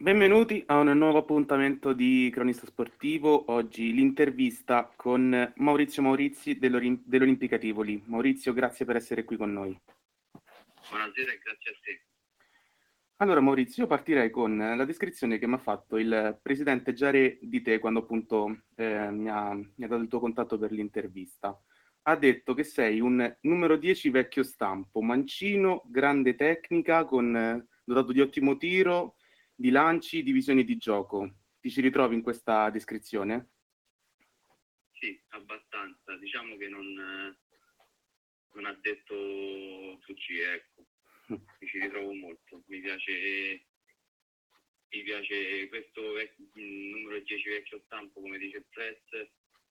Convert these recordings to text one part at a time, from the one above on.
Benvenuti a un nuovo appuntamento di Cronista Sportivo. Oggi l'intervista con Maurizio Maurizi dell'Olimpica Tivoli. Maurizio, grazie per essere qui con noi. Buonasera e grazie a te. Allora Maurizio, io partirei con la descrizione che mi ha fatto il presidente Giare di te quando appunto mi ha dato il tuo contatto per l'intervista. Ha detto che sei un numero 10 vecchio stampo, mancino, grande tecnica, dotato di ottimo tiro, di lanci, di visioni di gioco. Ti ci ritrovi in questa descrizione? Sì, abbastanza. Diciamo che non ha detto bugie, ecco. Mi ci ritrovo molto. Mi piace questo numero 10 vecchio stampo, come dice il press.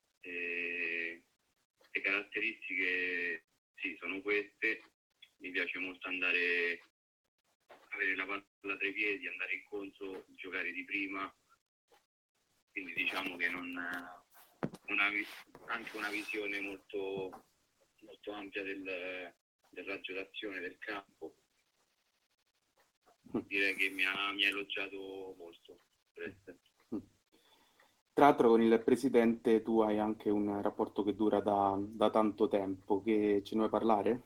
Le caratteristiche, sì, sono queste. Mi piace molto avere la palla tra i piedi, andare incontro, giocare di prima. Quindi diciamo che anche una visione molto, molto ampia del raggio d'azione del campo. Direi che mi ha elogiato molto. Tra l'altro con il presidente tu hai anche un rapporto che dura da tanto tempo, che ce ne vuoi parlare?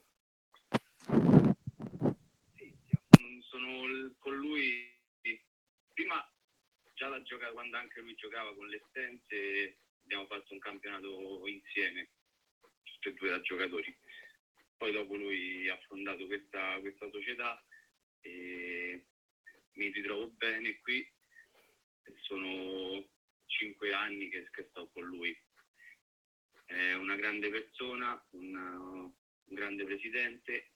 Sì, sono con lui prima, già quando anche lui giocava con l'Estense, abbiamo fatto un campionato insieme, tutti e due da giocatori. Poi dopo lui ha fondato questa società e mi ritrovo bene qui. Sono 5 anni che sto con lui. È una grande persona, un grande presidente,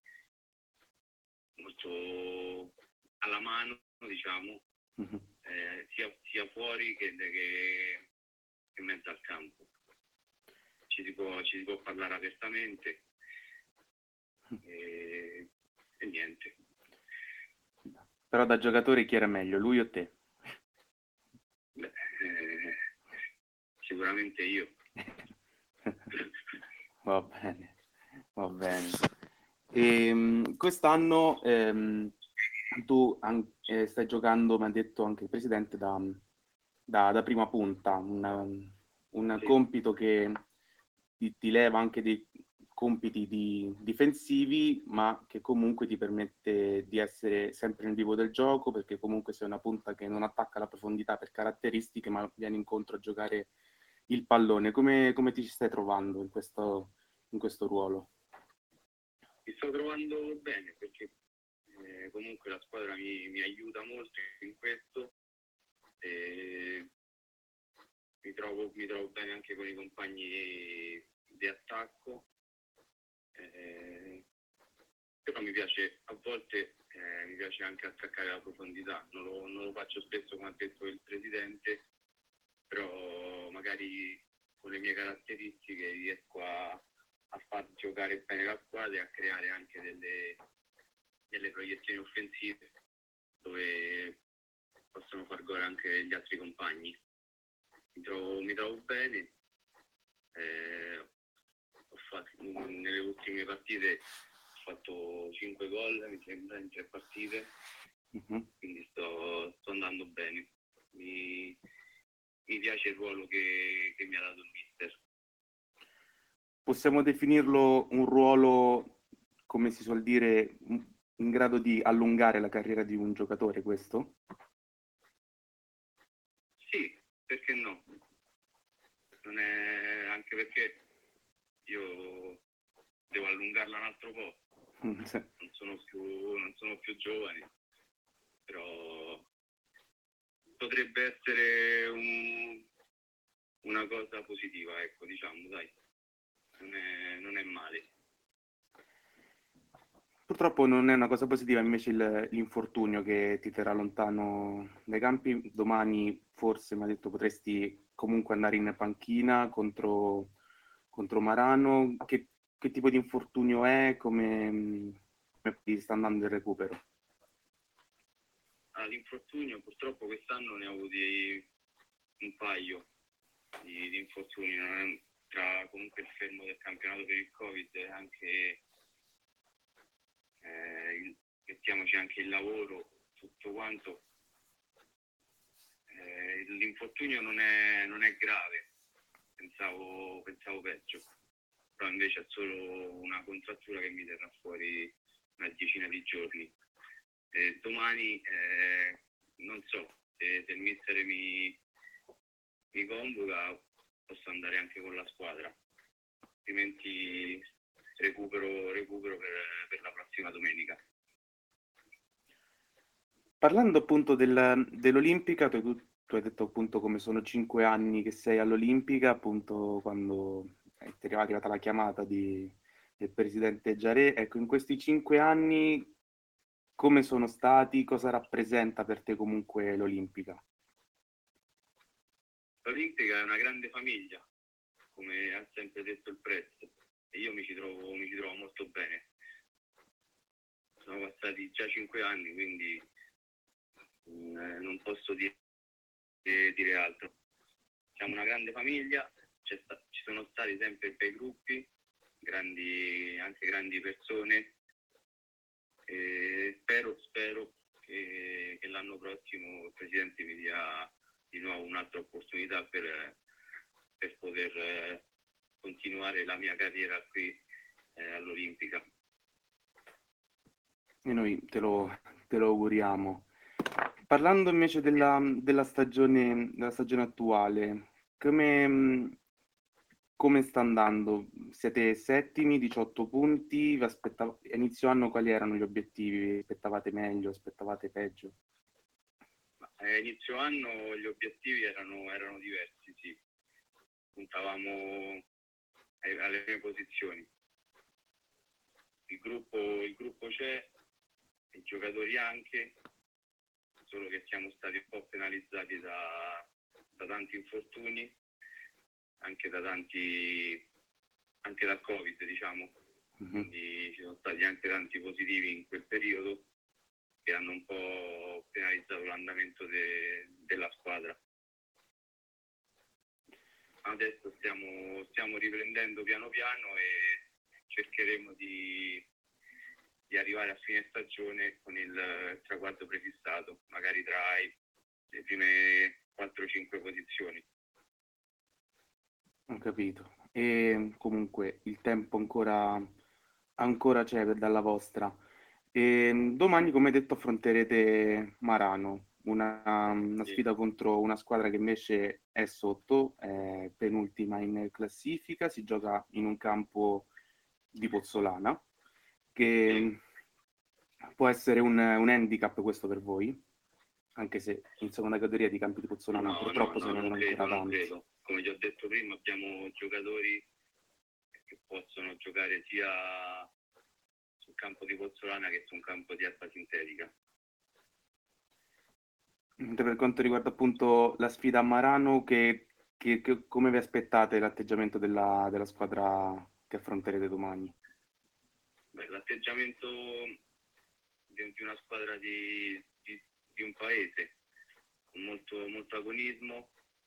molto alla mano, diciamo, sia fuori che in mezzo al campo. Ci si può parlare apertamente e niente. Però da giocatore chi era meglio, lui o te? Beh, sicuramente io. Va bene, va bene. Quest'anno tu stai giocando, mi ha detto anche il presidente, da prima punta, un Sì. compito che ti leva anche dei compiti difensivi, ma che comunque ti permette di essere sempre nel vivo del gioco, perché comunque sei una punta che non attacca la profondità per caratteristiche, ma viene incontro a giocare il pallone. Come ti ci stai trovando in questo ruolo? Mi sto trovando bene perché comunque la squadra mi aiuta molto in questo. Mi trovo bene anche con i compagni di attacco, però mi piace a volte mi piace anche attaccare la profondità. Non lo faccio spesso, come ha detto il presidente, però magari con le mie caratteristiche riesco a far giocare bene la squadra e a creare anche delle proiezioni offensive dove possono far gol anche gli altri compagni. Mi trovo bene. Nelle ultime partite ho fatto 5 gol, mi sembra, in 3 partite. Quindi sto andando bene. Mi piace il ruolo che mi ha dato il mister. Possiamo definirlo un ruolo, come si suol dire, in grado di allungare la carriera di un giocatore, questo? Sì, perché no? Non è, anche perché io devo allungarla un altro po'. Sì. Non sono più giovane, però potrebbe essere una cosa positiva, ecco, diciamo, dai. Non è male. Purtroppo non è una cosa positiva invece l'infortunio che ti terrà lontano dai campi. Domani forse mi ha detto potresti comunque andare in panchina contro Marano. Che tipo di infortunio è? Come ti sta andando il recupero? L'infortunio purtroppo quest'anno ne ho avuti un paio di infortuni, tra comunque il fermo del campionato per il Covid e anche mettiamoci anche il lavoro, tutto quanto. l'infortunio non è grave, pensavo peggio, però invece è solo una contrattura che mi terrà fuori una decina di giorni. Domani non so se il mister mi convoca, posso andare anche con la squadra, altrimenti recupero per la prossima domenica. Parlando appunto dell'Olimpica, tu hai detto appunto come sono 5 anni che sei all'Olimpica, appunto quando ti è arrivata la chiamata del presidente Giaré. Ecco, in questi 5 anni come sono stati, cosa rappresenta per te comunque l'Olimpica? L'Olimpica è una grande famiglia, come ha sempre detto il Prezzo, e io mi ci trovo molto bene. Sono passati già 5 anni, quindi non posso dire altro. Siamo una grande famiglia, ci sono stati sempre bei gruppi, anche grandi persone, e spero che l'anno prossimo il Presidente mi dia di nuovo un'altra opportunità per poter continuare la mia carriera qui all'Olimpica. E noi te lo auguriamo. Parlando invece della stagione attuale, come sta andando? Siete settimi, 18 punti, a inizio anno quali erano gli obiettivi? Vi aspettavate meglio, aspettavate peggio? A inizio anno gli obiettivi erano diversi, sì. Puntavamo alle mie posizioni. Il gruppo c'è, i giocatori anche, solo che siamo stati un po' penalizzati da tanti infortuni, anche dal Covid, diciamo. Quindi ci sono stati anche tanti positivi in quel periodo che hanno un po' penalizzato l'andamento della squadra. Adesso stiamo riprendendo piano piano e cercheremo di arrivare a fine stagione con il traguardo prefissato, magari tra le prime 4-5 posizioni. Ho capito. E comunque il tempo ancora c'è dalla vostra. E domani, come detto, affronterete Marano, una sfida contro una squadra che invece è sotto, è penultima in classifica, si gioca in un campo di Pozzolana, che può essere un handicap questo per voi, anche se in seconda categoria di campi di Pozzolana purtroppo se ne vedono ancora tanti. Credo. Come ti ho detto prima, abbiamo giocatori che possono giocare sia sul campo di Pozzolana che su un campo di erba sintetica. Per quanto riguarda appunto la sfida a Marano, come vi aspettate l'atteggiamento della squadra che affronterete domani? Beh, l'atteggiamento di una squadra di un paese con molto agonismo,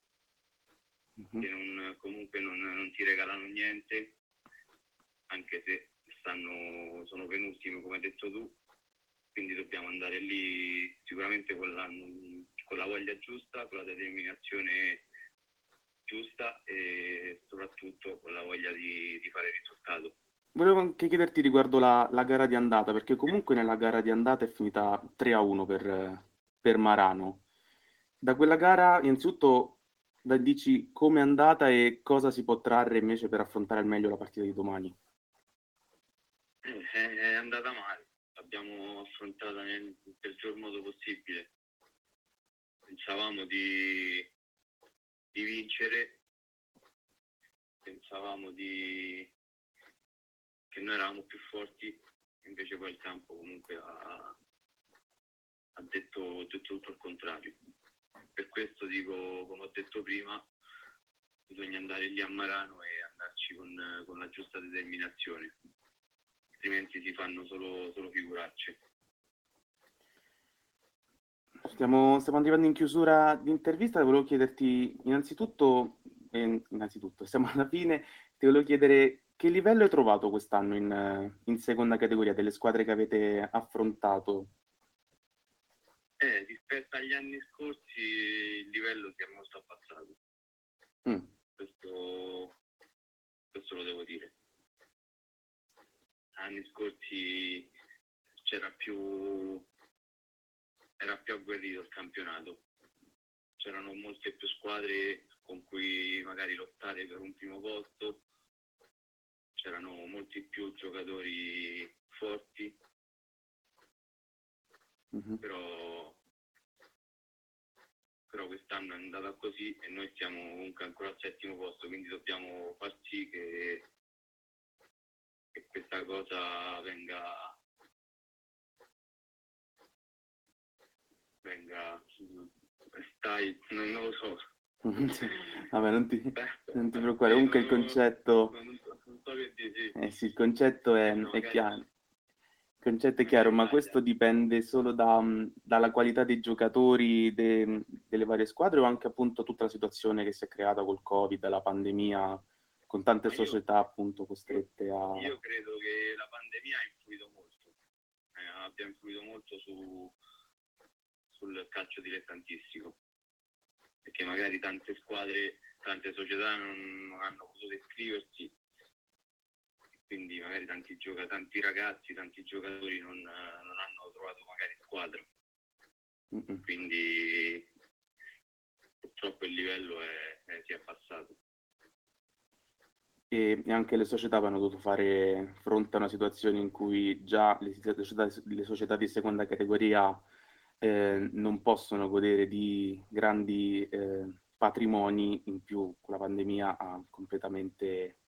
che comunque non ti regalano niente, anche se sono penultimi come hai detto tu, quindi dobbiamo andare lì sicuramente con la voglia giusta, con la determinazione giusta e soprattutto con la voglia di fare risultato. Volevo anche chiederti riguardo la gara di andata, perché comunque nella gara di andata è finita 3-1 per Marano. Da quella gara, innanzitutto, dici come è andata e cosa si può trarre invece per affrontare al meglio la partita di domani? È andata male, l'abbiamo affrontata nel peggior modo possibile. Pensavamo di vincere, pensavamo che noi eravamo più forti, invece poi il campo comunque ha detto tutto il contrario. Per questo dico, come ho detto prima, bisogna andare lì a Marano e andarci con la giusta determinazione, altrimenti si fanno solo figuracce. Stiamo arrivando in chiusura di intervista, volevo chiederti innanzitutto, siamo alla fine, ti volevo chiedere che livello hai trovato quest'anno in seconda categoria delle squadre che avete affrontato? Rispetto agli anni scorsi il livello si è molto abbassato. Questo lo devo dire. Anni scorsi era più agguerrito il campionato. C'erano molte più squadre con cui magari lottare per un primo posto, c'erano molti più giocatori forti, però quest'anno è andata così e noi siamo comunque ancora al 7° posto, quindi dobbiamo far sì che questa cosa venga non lo so. Vabbè, non ti preoccupare, comunque il concetto non so che dici. sì, il concetto è chiaro. Il concetto è chiaro, ma questo dipende solo dalla qualità dei giocatori delle varie squadre o anche appunto tutta la situazione che si è creata col Covid, la pandemia, con tante società appunto costrette a... Io credo che la pandemia ha influito molto, abbia influito molto sul calcio dilettantistico, perché magari tante squadre, tante società non hanno potuto iscriversi, quindi magari tanti ragazzi, tanti giocatori non hanno trovato magari squadra. Quindi purtroppo il livello si è abbassato. E anche le società hanno dovuto fare fronte a una situazione in cui già le società di seconda categoria non possono godere di grandi patrimoni, in più con la pandemia ha completamente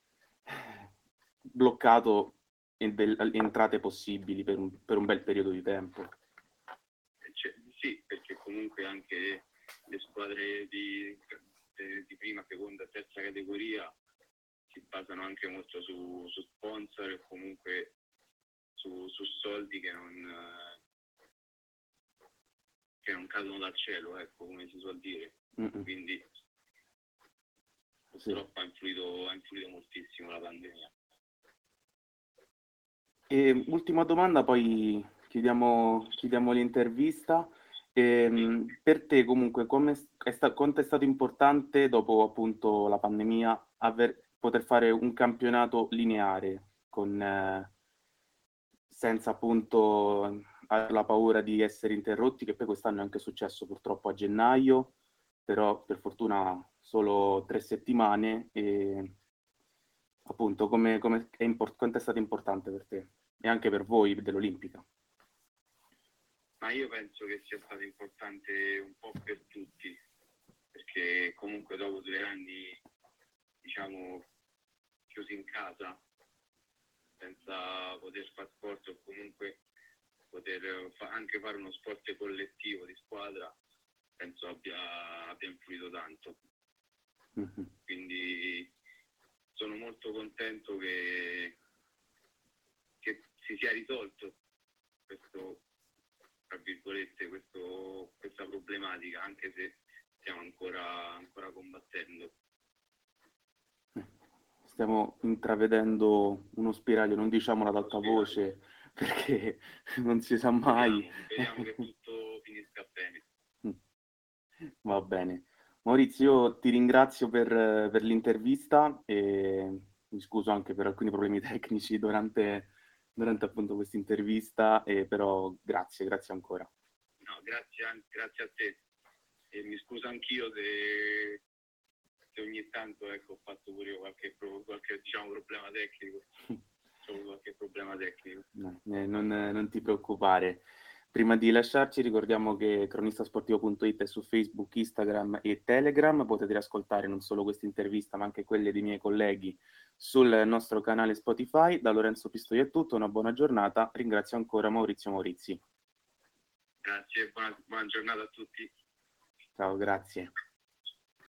bloccato entrate possibili per un bel periodo di tempo. Sì, perché comunque anche le squadre di prima, seconda, terza categoria si basano anche molto su sponsor e comunque su soldi che non cadono dal cielo, ecco, come si suol dire. Quindi purtroppo ha influito moltissimo la pandemia. E ultima domanda, poi chiudiamo l'intervista. Per te comunque quanto è stato importante dopo appunto la pandemia poter fare un campionato lineare senza appunto avere la paura di essere interrotti, che poi quest'anno è anche successo purtroppo a gennaio, però per fortuna solo 3 settimane e appunto quanto è stato importante per te e anche per voi dell'Olimpica? Ma io penso che sia stato importante un po' per tutti, perché comunque dopo 2 anni, diciamo, chiusi in casa, senza poter fare sport o comunque poter anche fare uno sport collettivo di squadra, penso abbia influito tanto. Quindi sono molto contento che si sia risolto questo, tra virgolette, questa problematica, anche se stiamo ancora combattendo. Stiamo intravedendo uno spiraglio, non diciamolo ad alta voce perché non si sa mai. Speriamo che tutto finisca bene. Va bene. Maurizio, io ti ringrazio per l'intervista e mi scuso anche per alcuni problemi tecnici durante appunto questa intervista, però grazie ancora. No, grazie a te. E mi scuso anch'io se ogni tanto ho fatto pure io qualche diciamo, problema tecnico. C'ho avuto qualche problema tecnico. No, non ti preoccupare. Prima di lasciarci ricordiamo che cronistasportivo.it è su Facebook, Instagram e Telegram. Potete riascoltare non solo questa intervista ma anche quelle dei miei colleghi sul nostro canale Spotify. Da Lorenzo Pistoia è tutto, una buona giornata. Ringrazio ancora Maurizio Maurizi. Grazie, buona giornata a tutti. Ciao, grazie.